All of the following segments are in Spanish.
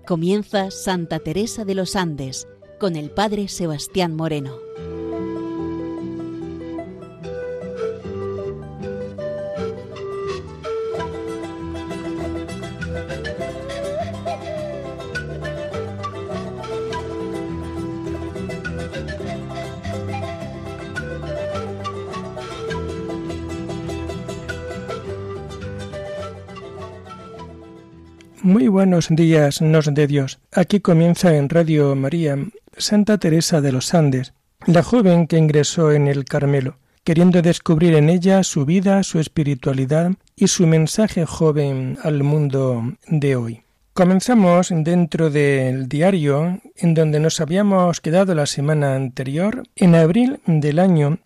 Comienza Santa Teresa de los Andes con el Padre Sebastián Moreno. Muy buenos días, nos de Dios. Aquí comienza en Radio María Santa Teresa de los Andes, la joven que ingresó en el Carmelo, queriendo descubrir en ella su vida, su espiritualidad y su mensaje joven al mundo de hoy. Comenzamos dentro del diario en donde nos habíamos quedado la semana anterior, en abril del año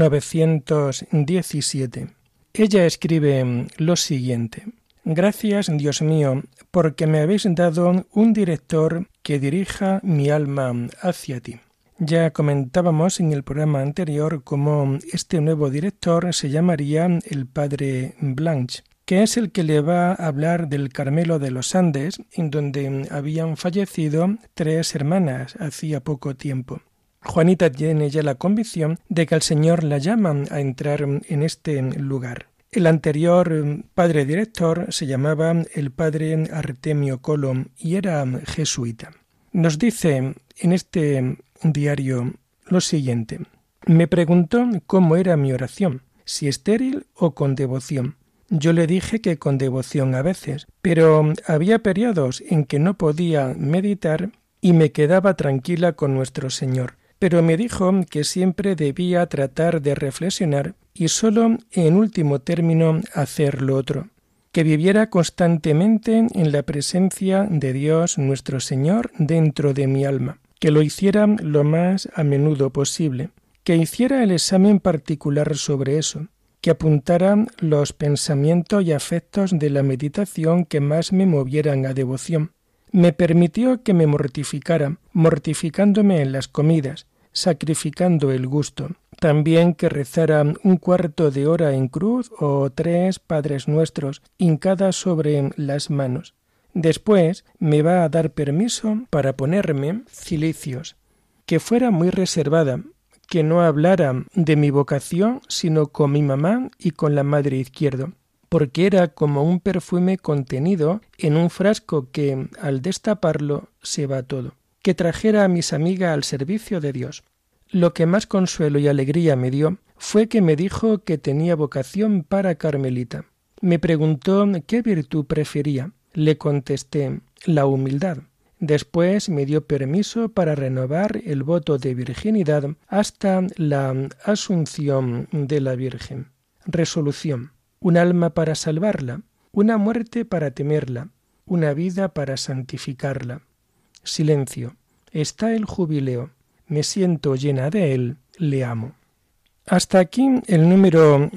1917. Ella escribe lo siguiente: Gracias, Dios mío, porque me habéis dado un director que dirija mi alma hacia ti. Ya comentábamos en el programa anterior cómo este nuevo director se llamaría el padre Blanch, que es el que le va a hablar del Carmelo de los Andes, en donde habían fallecido 3 hermanas hacía poco tiempo. Juanita tiene ya la convicción de que el Señor la llama a entrar en este lugar. El anterior padre director se llamaba el padre Artemio Colom y era jesuita. Nos dice en este diario lo siguiente: me preguntó cómo era mi oración, si estéril o con devoción. Yo le dije que con devoción a veces, pero había periodos en que no podía meditar y me quedaba tranquila con nuestro Señor. Pero me dijo que siempre debía tratar de reflexionar y sólo en último término hacer lo otro, que viviera constantemente en la presencia de Dios nuestro Señor dentro de mi alma, que lo hiciera lo más a menudo posible, que hiciera el examen particular sobre eso, que apuntara los pensamientos y afectos de la meditación que más me movieran a devoción. Me permitió que me mortificara, mortificándome en las comidas, sacrificando el gusto. También que rezara 1/4 de hora en cruz o 3 Padres Nuestros, hincadas sobre las manos. Después me va a dar permiso para ponerme cilicios, que fuera muy reservada, que no hablara de mi vocación sino con mi mamá y con la madre izquierdo, porque era como un perfume contenido en un frasco que, al destaparlo, se va todo. Que trajera a mis amigas al servicio de Dios. Lo que más consuelo y alegría me dio fue que me dijo que tenía vocación para carmelita. Me preguntó qué virtud prefería. Le contesté, la humildad. Después me dio permiso para renovar el voto de virginidad hasta la asunción de la Virgen. Resolución: un alma para salvarla, una muerte para temerla, una vida para santificarla. Silencio. Está el jubileo. Me siento llena de él. Le amo. Hasta aquí el número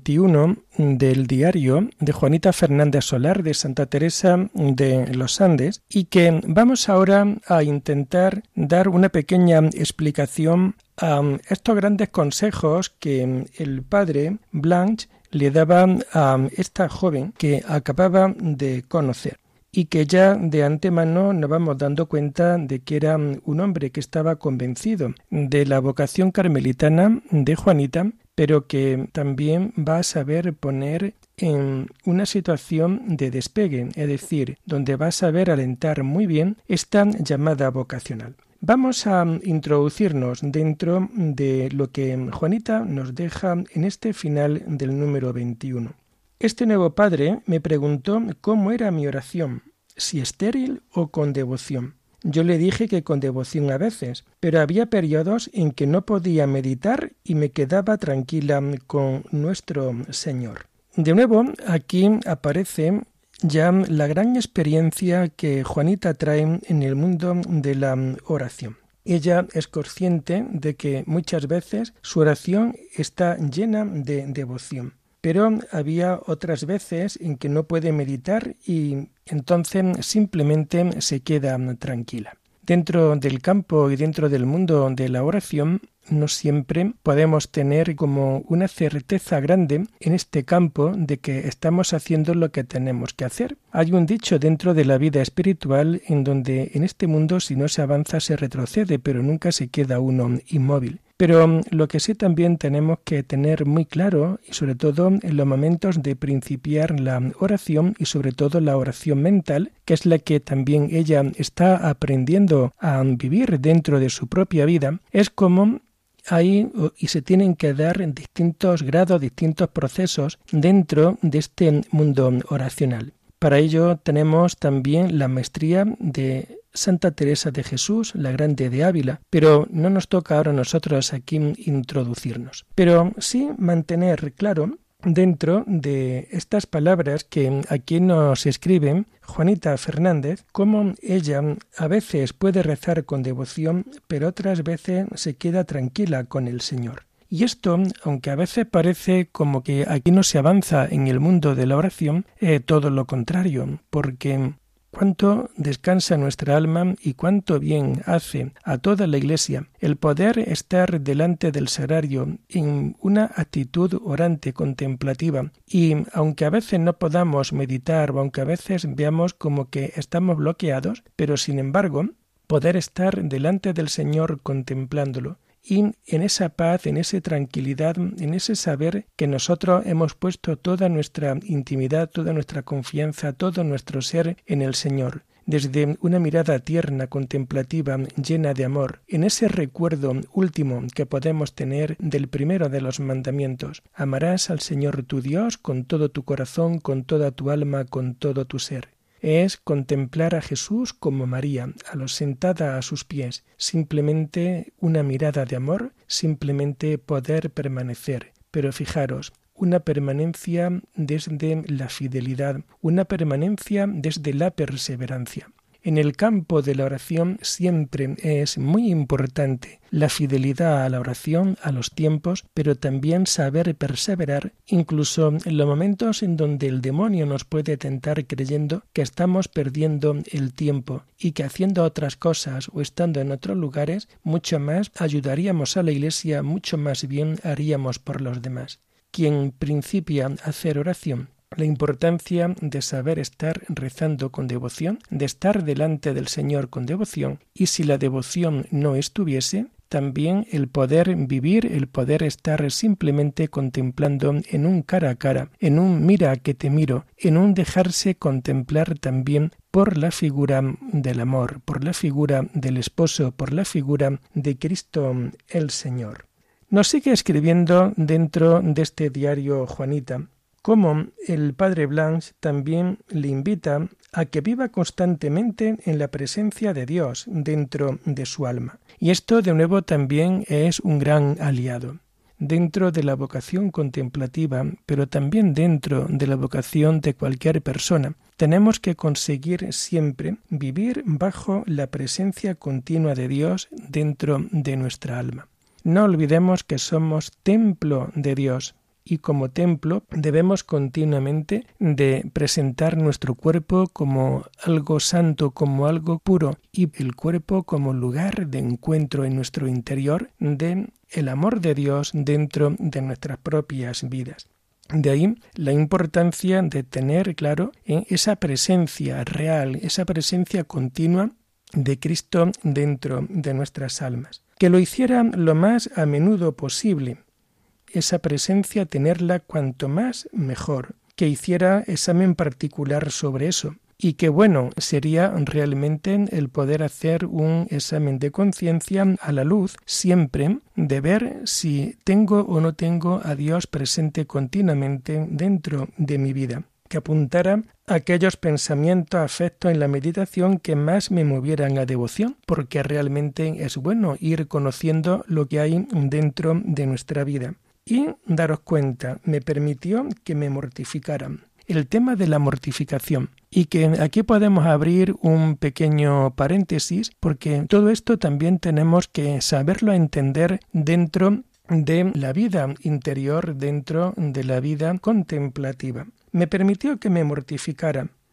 21 del diario de Juanita Fernández Solar de Santa Teresa de los Andes, y que vamos ahora a intentar dar una pequeña explicación a estos grandes consejos que el padre Blanch le daba a esta joven que acababa de conocer, y que ya de antemano nos vamos dando cuenta de que era un hombre que estaba convencido de la vocación carmelitana de Juanita, pero que también va a saber poner en una situación de despegue, es decir, donde va a saber alentar muy bien esta llamada vocacional. Vamos a introducirnos dentro de lo que Juanita nos deja en este final del número 21. Este nuevo padre me preguntó cómo era mi oración, si estéril o con devoción. Yo le dije que con devoción a veces, pero había periodos en que no podía meditar y me quedaba tranquila con nuestro Señor. De nuevo, aquí aparece ya la gran experiencia que Juanita trae en el mundo de la oración. Ella es consciente de que muchas veces su oración está llena de devoción, pero había otras veces en que no puede meditar y entonces simplemente se queda tranquila. Dentro del campo y dentro del mundo de la oración, no siempre podemos tener como una certeza grande en este campo de que estamos haciendo lo que tenemos que hacer. Hay un dicho dentro de la vida espiritual en donde en este mundo si no se avanza se retrocede, pero nunca se queda uno inmóvil. Pero lo que sí también tenemos que tener muy claro, y sobre todo en los momentos de principiar la oración y sobre todo la oración mental, que es la que también ella está aprendiendo a vivir dentro de su propia vida, es como hay y se tienen que dar distintos grados, distintos procesos dentro de este mundo oracional. Para ello tenemos también la maestría de Santa Teresa de Jesús, la Grande de Ávila, pero no nos toca ahora a nosotros aquí introducirnos. Pero sí mantener claro dentro de estas palabras que aquí nos escribe Juanita Fernández, cómo ella a veces puede rezar con devoción, pero otras veces se queda tranquila con el Señor. Y esto, aunque a veces parece como que aquí no se avanza en el mundo de la oración, todo lo contrario, porque cuánto descansa nuestra alma y cuánto bien hace a toda la Iglesia el poder estar delante del sagrario en una actitud orante, contemplativa, y aunque a veces no podamos meditar o aunque a veces veamos como que estamos bloqueados, pero sin embargo poder estar delante del Señor contemplándolo. Y en esa paz, en esa tranquilidad, en ese saber que nosotros hemos puesto toda nuestra intimidad, toda nuestra confianza, todo nuestro ser en el Señor, desde una mirada tierna, contemplativa, llena de amor, en ese recuerdo último que podemos tener del primero de los mandamientos: amarás al Señor tu Dios con todo tu corazón, con toda tu alma, con todo tu ser. Es contemplar a Jesús como María, sentada a sus pies, simplemente una mirada de amor, simplemente poder permanecer. Pero fijaros, una permanencia desde la fidelidad, una permanencia desde la perseverancia. En el campo de la oración siempre es muy importante la fidelidad a la oración, a los tiempos, pero también saber perseverar, incluso en los momentos en donde el demonio nos puede tentar creyendo que estamos perdiendo el tiempo y que haciendo otras cosas o estando en otros lugares, mucho más ayudaríamos a la Iglesia, mucho más bien haríamos por los demás. Quien principia a hacer oración, la importancia de saber estar rezando con devoción, de estar delante del Señor con devoción, y si la devoción no estuviese, también el poder vivir, el poder estar simplemente contemplando en un cara a cara, en un mira que te miro, en un dejarse contemplar también por la figura del amor, por la figura del esposo, por la figura de Cristo el Señor. Nos sigue escribiendo dentro de este diario Juanita, como el padre Blanche también le invita a que viva constantemente en la presencia de Dios dentro de su alma. Y esto de nuevo también es un gran aliado. Dentro de la vocación contemplativa, pero también dentro de la vocación de cualquier persona, tenemos que conseguir siempre vivir bajo la presencia continua de Dios dentro de nuestra alma. No olvidemos que somos templo de Dios. Y como templo debemos continuamente de presentar nuestro cuerpo como algo santo, como algo puro, y el cuerpo como lugar de encuentro en nuestro interior de el amor de Dios dentro de nuestras propias vidas. De ahí la importancia de tener claro esa presencia real, esa presencia continua de Cristo dentro de nuestras almas. Que lo hiciera lo más a menudo posible. Esa presencia tenerla cuanto más mejor, que hiciera examen particular sobre eso y que bueno sería realmente el poder hacer un examen de conciencia a la luz siempre de ver si tengo o no tengo a Dios presente continuamente dentro de mi vida, que apuntara a aquellos pensamientos, afectos en la meditación que más me movieran a devoción, porque realmente es bueno ir conociendo lo que hay dentro de nuestra vida. Y daros cuenta, me permitió que me mortificaran. El tema de la mortificación. Y que aquí podemos abrir un pequeño paréntesis, porque todo esto también tenemos que saberlo entender dentro de la vida interior, dentro de la vida contemplativa. Me permitió que me mortificara.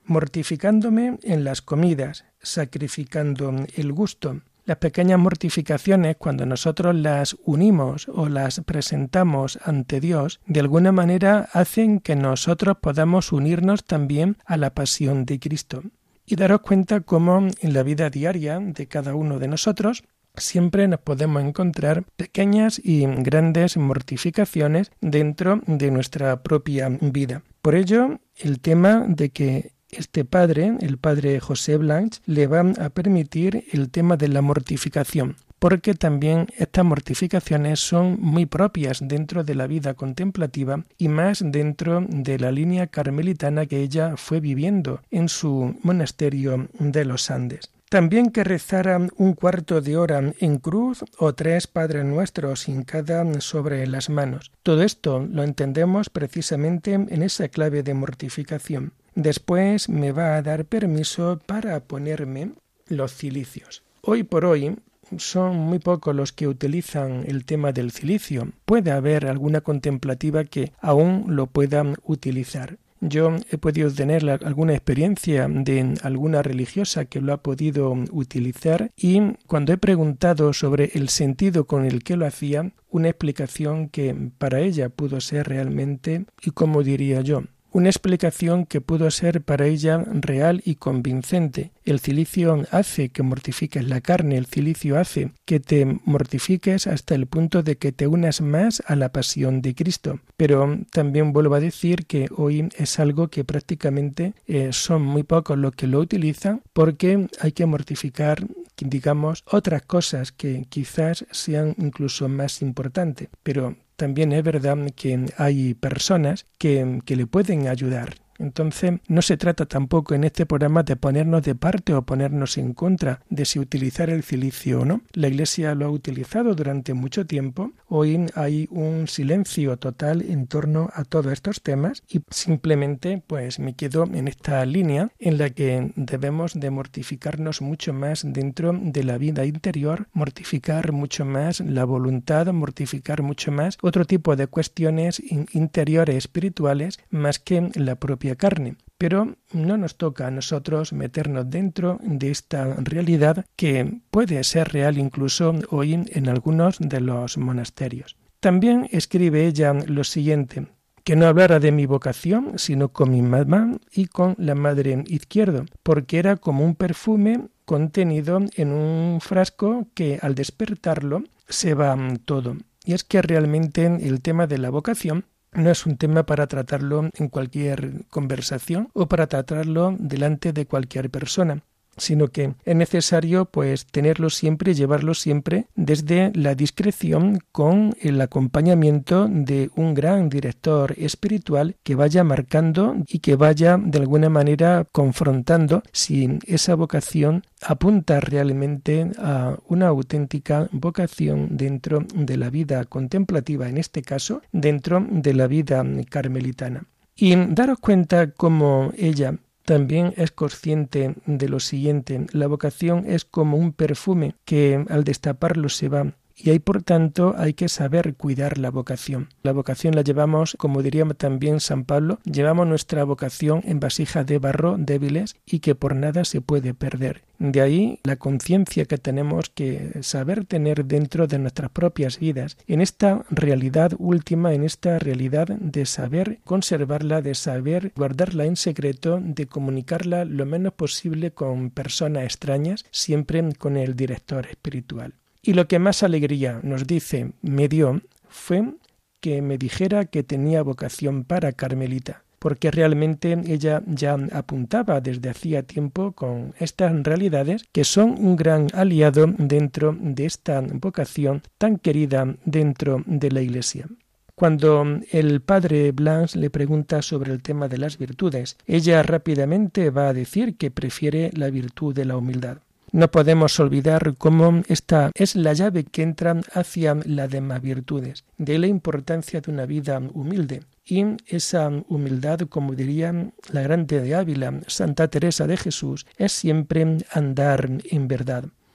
mortificándome en las comidas, sacrificando el gusto. Las pequeñas mortificaciones, cuando nosotros las unimos o las presentamos ante Dios, de alguna manera hacen que nosotros podamos unirnos también a la pasión de Cristo. Y daros cuenta cómo en la vida diaria de cada uno de nosotros siempre nos podemos encontrar pequeñas y grandes mortificaciones dentro de nuestra propia vida. Por ello, el tema de que este padre, el padre José Blanch, le va a permitir el tema de la mortificación, porque también estas mortificaciones son muy propias dentro de la vida contemplativa y más dentro de la línea carmelitana que ella fue viviendo en su monasterio de los Andes. También que rezara un cuarto de hora en cruz o 3 Padres Nuestros hincadas sobre las manos. Todo esto lo entendemos precisamente en esa clave de mortificación. Después me va a dar permiso para ponerme los cilicios. Hoy por hoy son muy pocos los que utilizan el tema del cilicio. Puede haber alguna contemplativa que aún lo pueda utilizar. Yo he podido tener alguna experiencia de alguna religiosa que lo ha podido utilizar y cuando he preguntado sobre el sentido con el que lo hacía, una explicación que para ella pudo ser realmente, y como diría yo, una explicación que pudo ser para ella real y convincente. El cilicio hace que mortifiques la carne, el cilicio hace que te mortifiques hasta el punto de que te unas más a la pasión de Cristo. Pero también vuelvo a decir que hoy es algo que prácticamente son muy pocos los que lo utilizan porque hay que mortificar, digamos, otras cosas que quizás sean incluso más importantes. Pero también es verdad que hay personas que le pueden ayudar. Entonces, no se trata tampoco en este programa de ponernos de parte o ponernos en contra de si utilizar el cilicio o no. La Iglesia lo ha utilizado durante mucho tiempo. Hoy hay un silencio total en torno a todos estos temas y simplemente pues me quedo en esta línea en la que debemos de mortificarnos mucho más dentro de la vida interior, mortificar mucho más la voluntad, mortificar mucho más otro tipo de cuestiones interiores espirituales más que la propia carne, pero no nos toca a nosotros meternos dentro de esta realidad que puede ser real incluso hoy en algunos de los monasterios. También escribe ella lo siguiente: que no hablara de mi vocación, sino con mi mamá y con la madre izquierda, porque era como un perfume contenido en un frasco que al despertarlo se va todo. Y es que realmente el tema de la vocación no es un tema para tratarlo en cualquier conversación o para tratarlo delante de cualquier persona, sino que es necesario pues tenerlo siempre y llevarlo siempre desde la discreción con el acompañamiento de un gran director espiritual que vaya marcando y que vaya de alguna manera confrontando si esa vocación apunta realmente a una auténtica vocación dentro de la vida contemplativa, en este caso dentro de la vida carmelitana. Y daros cuenta cómo ella también es consciente de lo siguiente: la vocación es como un perfume que al destaparlo se va. Y ahí, por tanto, hay que saber cuidar la vocación. La vocación la llevamos, como diría también San Pablo, llevamos nuestra vocación en vasijas de barro débiles y que por nada se puede perder. De ahí la conciencia que tenemos que saber tener dentro de nuestras propias vidas, en esta realidad última, en esta realidad de saber conservarla, de saber guardarla en secreto, de comunicarla lo menos posible con personas extrañas, siempre con el director espiritual. Y lo que más alegría nos dice me dio fue que me dijera que tenía vocación para carmelita, porque realmente ella ya apuntaba desde hacía tiempo con estas realidades que son un gran aliado dentro de esta vocación tan querida dentro de la Iglesia. Cuando el padre Blanch le pregunta sobre el tema de las virtudes, ella rápidamente va a decir que prefiere la virtud de la humildad. No podemos olvidar cómo esta es la llave que entra hacia las demás virtudes, de la importancia de una vida humilde. Y esa humildad, como diría la grande de Ávila, Santa Teresa de Jesús, es siempre andar en verdad.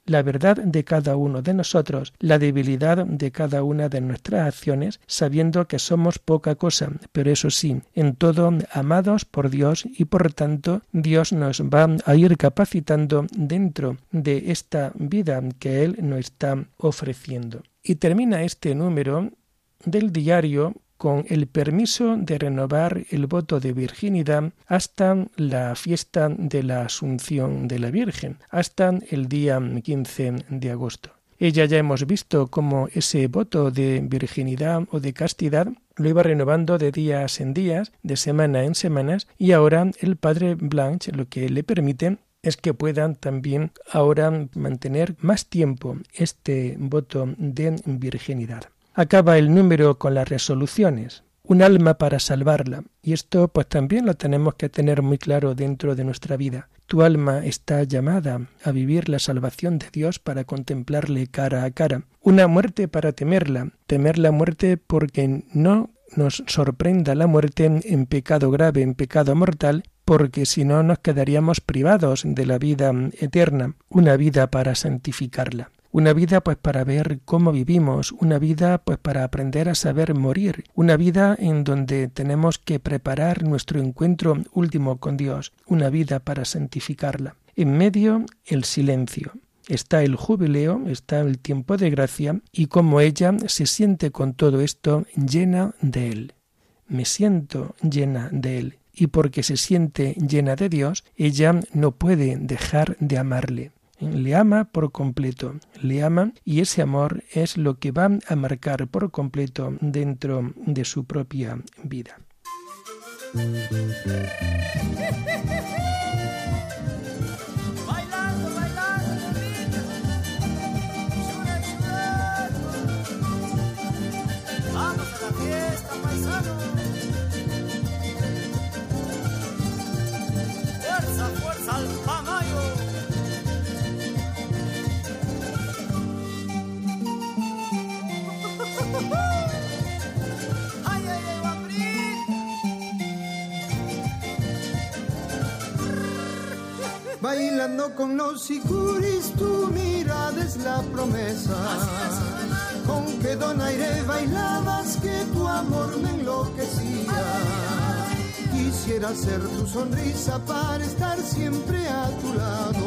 la verdad de cada uno de nosotros, la debilidad de cada una de nuestras acciones, sabiendo que somos poca cosa, pero eso sí, en todo amados por Dios y por tanto Dios nos va a ir capacitando dentro de esta vida que Él nos está ofreciendo. Y termina este número del diario con el permiso de renovar el voto de virginidad hasta la fiesta de la Asunción de la Virgen, hasta el día 15 de agosto. Ella ya hemos visto cómo ese voto de virginidad o de castidad lo iba renovando de días en días, de semana en semanas, y ahora el padre Blanche lo que le permite es que puedan también ahora mantener más tiempo este voto de virginidad. Acaba el número con las resoluciones. Un alma para salvarla. Y esto pues también lo tenemos que tener muy claro dentro de nuestra vida. Tu alma está llamada a vivir la salvación de Dios para contemplarle cara a cara. Una muerte para temerla. Temer la muerte porque no nos sorprenda la muerte en pecado grave, en pecado mortal, porque si no nos quedaríamos privados de la vida eterna. Una vida para santificarla. Una vida pues para ver cómo vivimos, una vida pues para aprender a saber morir, una vida en donde tenemos que preparar nuestro encuentro último con Dios, una vida para santificarla. En medio, el silencio. Está el jubileo, está el tiempo de gracia y cómo ella se siente con todo esto llena de Él. Me siento llena de Él. Y porque se siente llena de Dios, ella no puede dejar de amarle. Le ama por completo, le ama y ese amor es lo que va a marcar por completo dentro de su propia vida. Vamos a la fiesta, paisano. Fuerza, fuerza al pamayo. Bailando con los sicuris, tu mirada es la promesa. Con qué donaire bailabas que tu amor me enloquecía. Quisiera ser tu sonrisa para estar siempre a tu lado.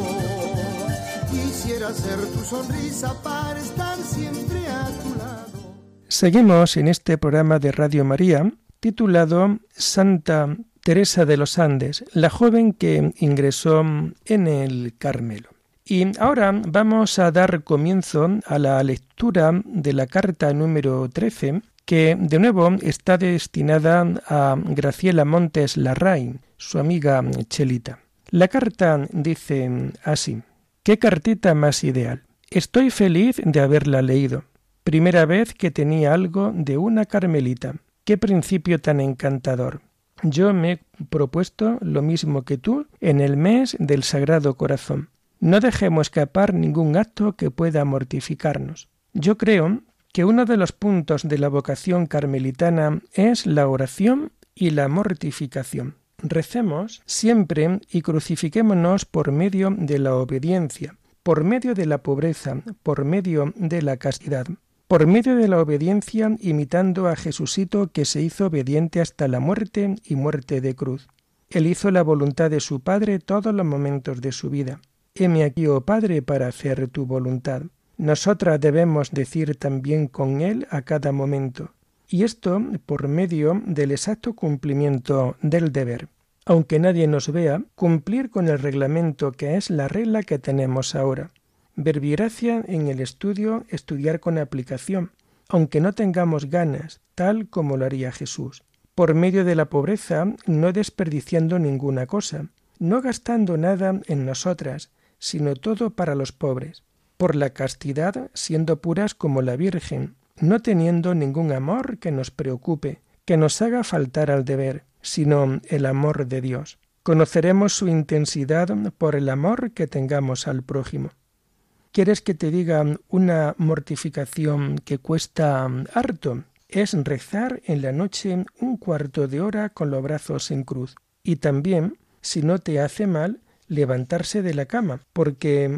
Quisiera ser tu sonrisa para estar siempre a tu lado. Seguimos en este programa de Radio María titulado Santa Teresa de los Andes, la joven que ingresó en el Carmelo. Y ahora vamos a dar comienzo a la lectura de la carta número 13, que de nuevo está destinada a Graciela Montes Larraín, su amiga chelita. La carta dice así: «Qué cartita más ideal. Estoy feliz de haberla leído. Primera vez que tenía algo de una carmelita. Qué principio tan encantador. Yo me he propuesto lo mismo que tú en el mes del Sagrado Corazón. No dejemos escapar ningún acto que pueda mortificarnos. Yo creo que uno de los puntos de la vocación carmelitana es la oración y la mortificación. Recemos siempre y crucifiquémonos por medio de la obediencia, por medio de la pobreza, por medio de la castidad. Por medio de la obediencia, imitando a Jesucito que se hizo obediente hasta la muerte y muerte de cruz. Él hizo la voluntad de su Padre todos los momentos de su vida. Heme aquí, oh Padre, para hacer tu voluntad. Nosotras debemos decir también con Él a cada momento. Y esto por medio del exacto cumplimiento del deber. Aunque nadie nos vea, cumplir con el reglamento que es la regla que tenemos ahora. Verbigracia en el estudio, estudiar con aplicación, aunque no tengamos ganas, tal como lo haría Jesús. Por medio de la pobreza, no desperdiciando ninguna cosa, no gastando nada en nosotras, sino todo para los pobres. Por la castidad, siendo puras como la Virgen, no teniendo ningún amor que nos preocupe, que nos haga faltar al deber, sino el amor de Dios. Conoceremos su intensidad por el amor que tengamos al prójimo. ¿Quieres que te diga una mortificación que cuesta harto? Es rezar en la noche un cuarto de hora con los brazos en cruz. Y también, si no te hace mal, levantarse de la cama, porque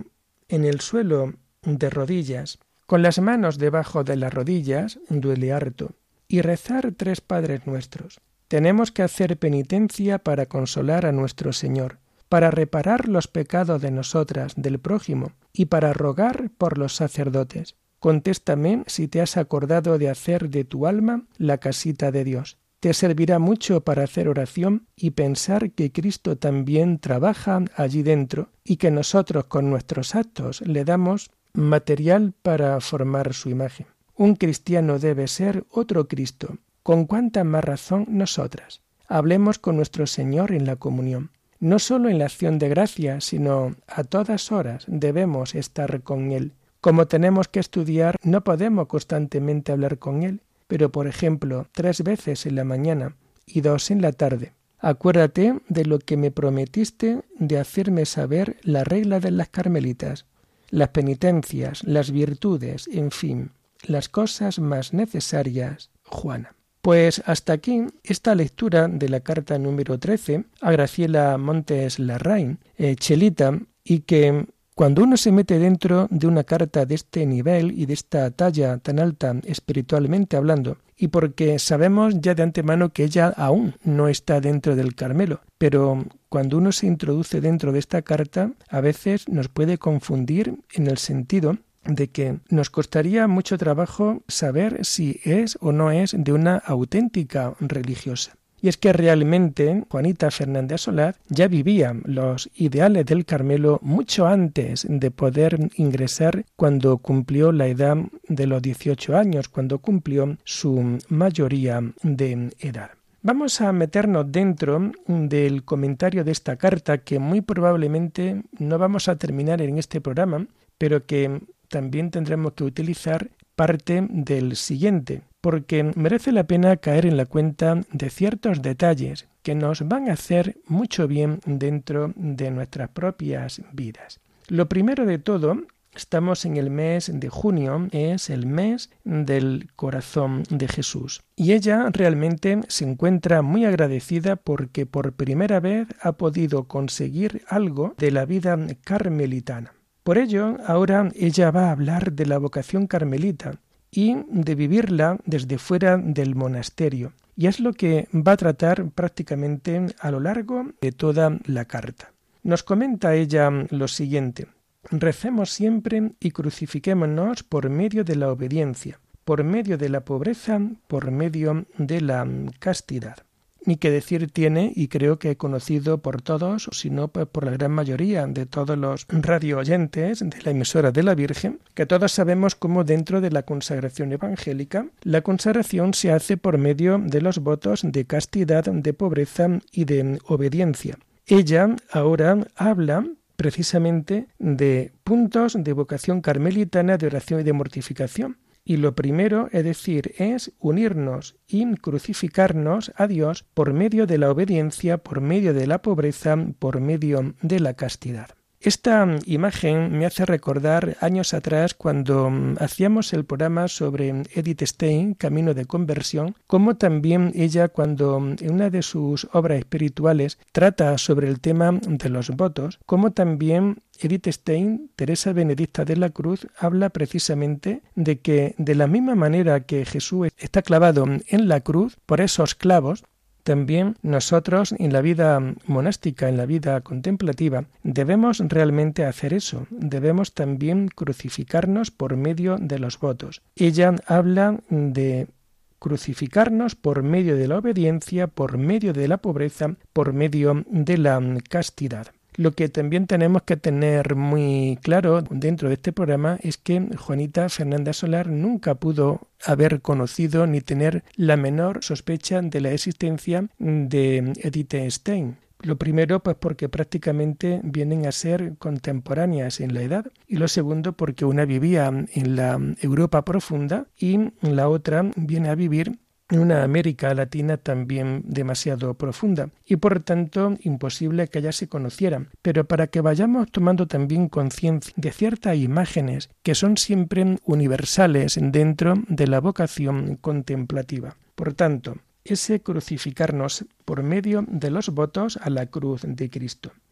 en el suelo de rodillas, con las manos debajo de las rodillas, duele harto, y rezar 3 Padres Nuestros. Tenemos que hacer penitencia para consolar a nuestro Señor, para reparar los pecados de nosotras, del prójimo, y para rogar por los sacerdotes. Contéstame si te has acordado de hacer de tu alma la casita de Dios. Te servirá mucho para hacer oración y pensar que Cristo también trabaja allí dentro y que nosotros con nuestros actos le damos material para formar su imagen. Un cristiano debe ser otro Cristo. ¿Con cuánta más razón nosotras? Hablemos con nuestro Señor en la comunión. No solo en la acción de gracias, sino a todas horas debemos estar con Él. Como tenemos que estudiar, no podemos constantemente hablar con Él, pero por ejemplo, 3 veces en la mañana y 2 en la tarde. Acuérdate de lo que me prometiste de hacerme saber la regla de las carmelitas, las penitencias, las virtudes, en fin, las cosas más necesarias, Juana. Pues hasta aquí esta lectura de la carta número 13 a Graciela Montes Larraín, Chelita, y que cuando uno se mete dentro de una carta de este nivel y de esta talla tan alta espiritualmente hablando, y porque sabemos ya de antemano que ella aún no está dentro del Carmelo, pero cuando uno se introduce dentro de esta carta, a veces nos puede confundir en el sentido de que nos costaría mucho trabajo saber si es o no es de una auténtica religiosa. Y es que realmente Juanita Fernández Solá ya vivía los ideales del Carmelo mucho antes de poder ingresar, cuando cumplió la edad de los 18 años, cuando cumplió su mayoría de edad. Vamos a meternos dentro del comentario de esta carta, que muy probablemente no vamos a terminar en este programa, pero que también tendremos que utilizar parte del siguiente, porque merece la pena caer en la cuenta de ciertos detalles que nos van a hacer mucho bien dentro de nuestras propias vidas. Lo primero de todo, estamos en el mes de junio, es el mes del corazón de Jesús. Y ella realmente se encuentra muy agradecida porque por primera vez ha podido conseguir algo de la vida carmelitana. Por ello, ahora ella va a hablar de la vocación carmelita y de vivirla desde fuera del monasterio. Y es lo que va a tratar prácticamente a lo largo de toda la carta. Nos comenta ella lo siguiente: recemos siempre y crucifiquémonos por medio de la obediencia, por medio de la pobreza, por medio de la castidad. Ni que decir tiene, y creo que he conocido por todos, si no por la gran mayoría de todos los radio oyentes de la emisora de la Virgen, que todos sabemos cómo dentro de la consagración evangélica, la consagración se hace por medio de los votos de castidad, de pobreza y de obediencia. Ella ahora habla precisamente de puntos de vocación carmelitana, de oración y de mortificación. Y lo primero, es decir, es unirnos y crucificarnos a Dios por medio de la obediencia, por medio de la pobreza, por medio de la castidad. Esta imagen me hace recordar años atrás, cuando hacíamos el programa sobre Edith Stein, Camino de Conversión, como también ella, cuando en una de sus obras espirituales trata sobre el tema de los votos, como también Edith Stein, Teresa Benedicta de la Cruz, habla precisamente de que de la misma manera que Jesús está clavado en la cruz por esos clavos, también nosotros en la vida monástica, en la vida contemplativa, debemos realmente hacer eso. Debemos también crucificarnos por medio de los votos. Ella habla de crucificarnos por medio de la obediencia, por medio de la pobreza, por medio de la castidad. Lo que también tenemos que tener muy claro dentro de este programa es que Juanita Fernández Solá nunca pudo haber conocido ni tener la menor sospecha de la existencia de Edith Stein. Lo primero, pues porque prácticamente vienen a ser contemporáneas en la edad, y lo segundo, porque una vivía en la Europa profunda y la otra viene a vivir en una América Latina también demasiado profunda, y por tanto imposible que ellas se conocieran. Pero para que vayamos tomando también conciencia de ciertas imágenes que son siempre universales dentro de la vocación contemplativa. Por tanto, ese crucificarnos por medio de los votos a la cruz de Cristo.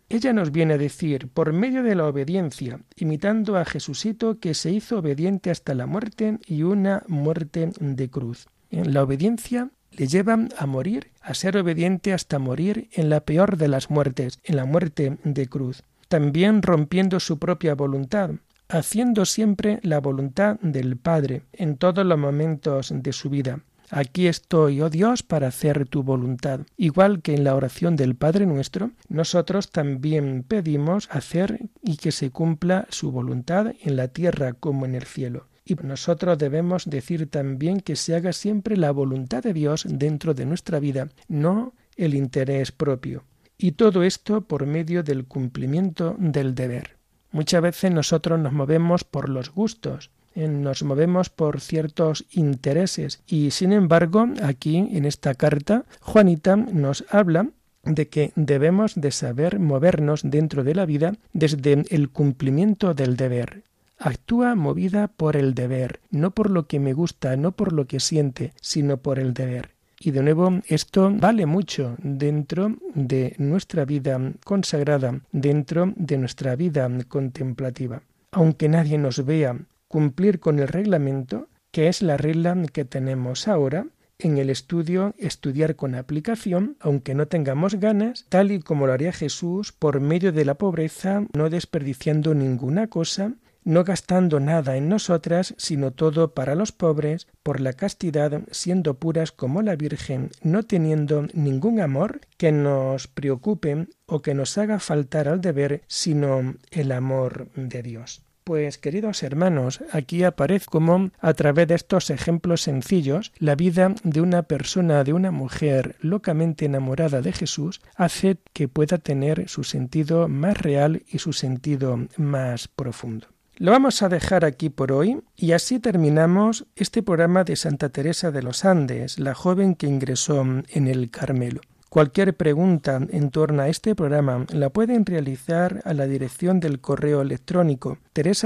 Ella nos viene a decir, por medio de la obediencia, imitando a Jesucito que se hizo obediente hasta la muerte y una muerte de cruz. La obediencia le lleva a morir, a ser obediente hasta morir en la peor de las muertes, en la muerte de cruz. También rompiendo su propia voluntad, haciendo siempre la voluntad del Padre en todos los momentos de su vida. Aquí estoy, oh Dios, para hacer tu voluntad. Igual que en la oración del Padre Nuestro, nosotros también pedimos hacer y que se cumpla su voluntad en la tierra como en el cielo. Y nosotros debemos decir también que se haga siempre la voluntad de Dios dentro de nuestra vida, no el interés propio. Y todo esto por medio del cumplimiento del deber. Muchas veces nosotros nos movemos por los gustos, nos movemos por ciertos intereses y sin embargo aquí en esta carta Juanita nos habla de que debemos de saber movernos dentro de la vida desde el cumplimiento del deber. Actúa movida por el deber, no por lo que me gusta, no por lo que siente, sino por el deber. Y de nuevo, esto vale mucho dentro de nuestra vida consagrada, dentro de nuestra vida contemplativa. Aunque nadie nos vea cumplir con el reglamento, que es la regla que tenemos ahora, en el estudio, estudiar con aplicación, aunque no tengamos ganas, tal y como lo haría Jesús, por medio de la pobreza, no desperdiciando ninguna cosa, no gastando nada en nosotras, sino todo para los pobres, por la castidad, siendo puras como la Virgen, no teniendo ningún amor que nos preocupe o que nos haga faltar al deber, sino el amor de Dios. Pues, queridos hermanos, aquí aparece como, a través de estos ejemplos sencillos, la vida de una persona, de una mujer locamente enamorada de Jesús, hace que pueda tener su sentido más real y su sentido más profundo. Lo vamos a dejar aquí por hoy y así terminamos este programa de Santa Teresa de los Andes, la joven que ingresó en el Carmelo. Cualquier pregunta en torno a este programa la pueden realizar a la dirección del correo electrónico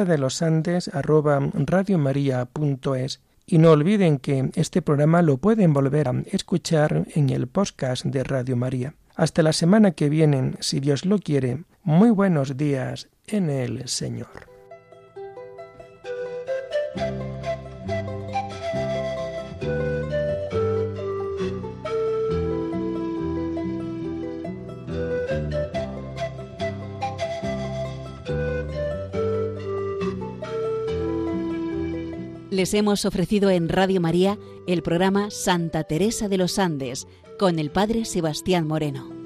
teresadelosandes@radiomaria.es y no olviden que este programa lo pueden volver a escuchar en el podcast de Radio María. Hasta la semana que viene, si Dios lo quiere, muy buenos días en el Señor. Les hemos ofrecido en Radio María el programa Santa Teresa de los Andes con el Padre Sebastián Moreno.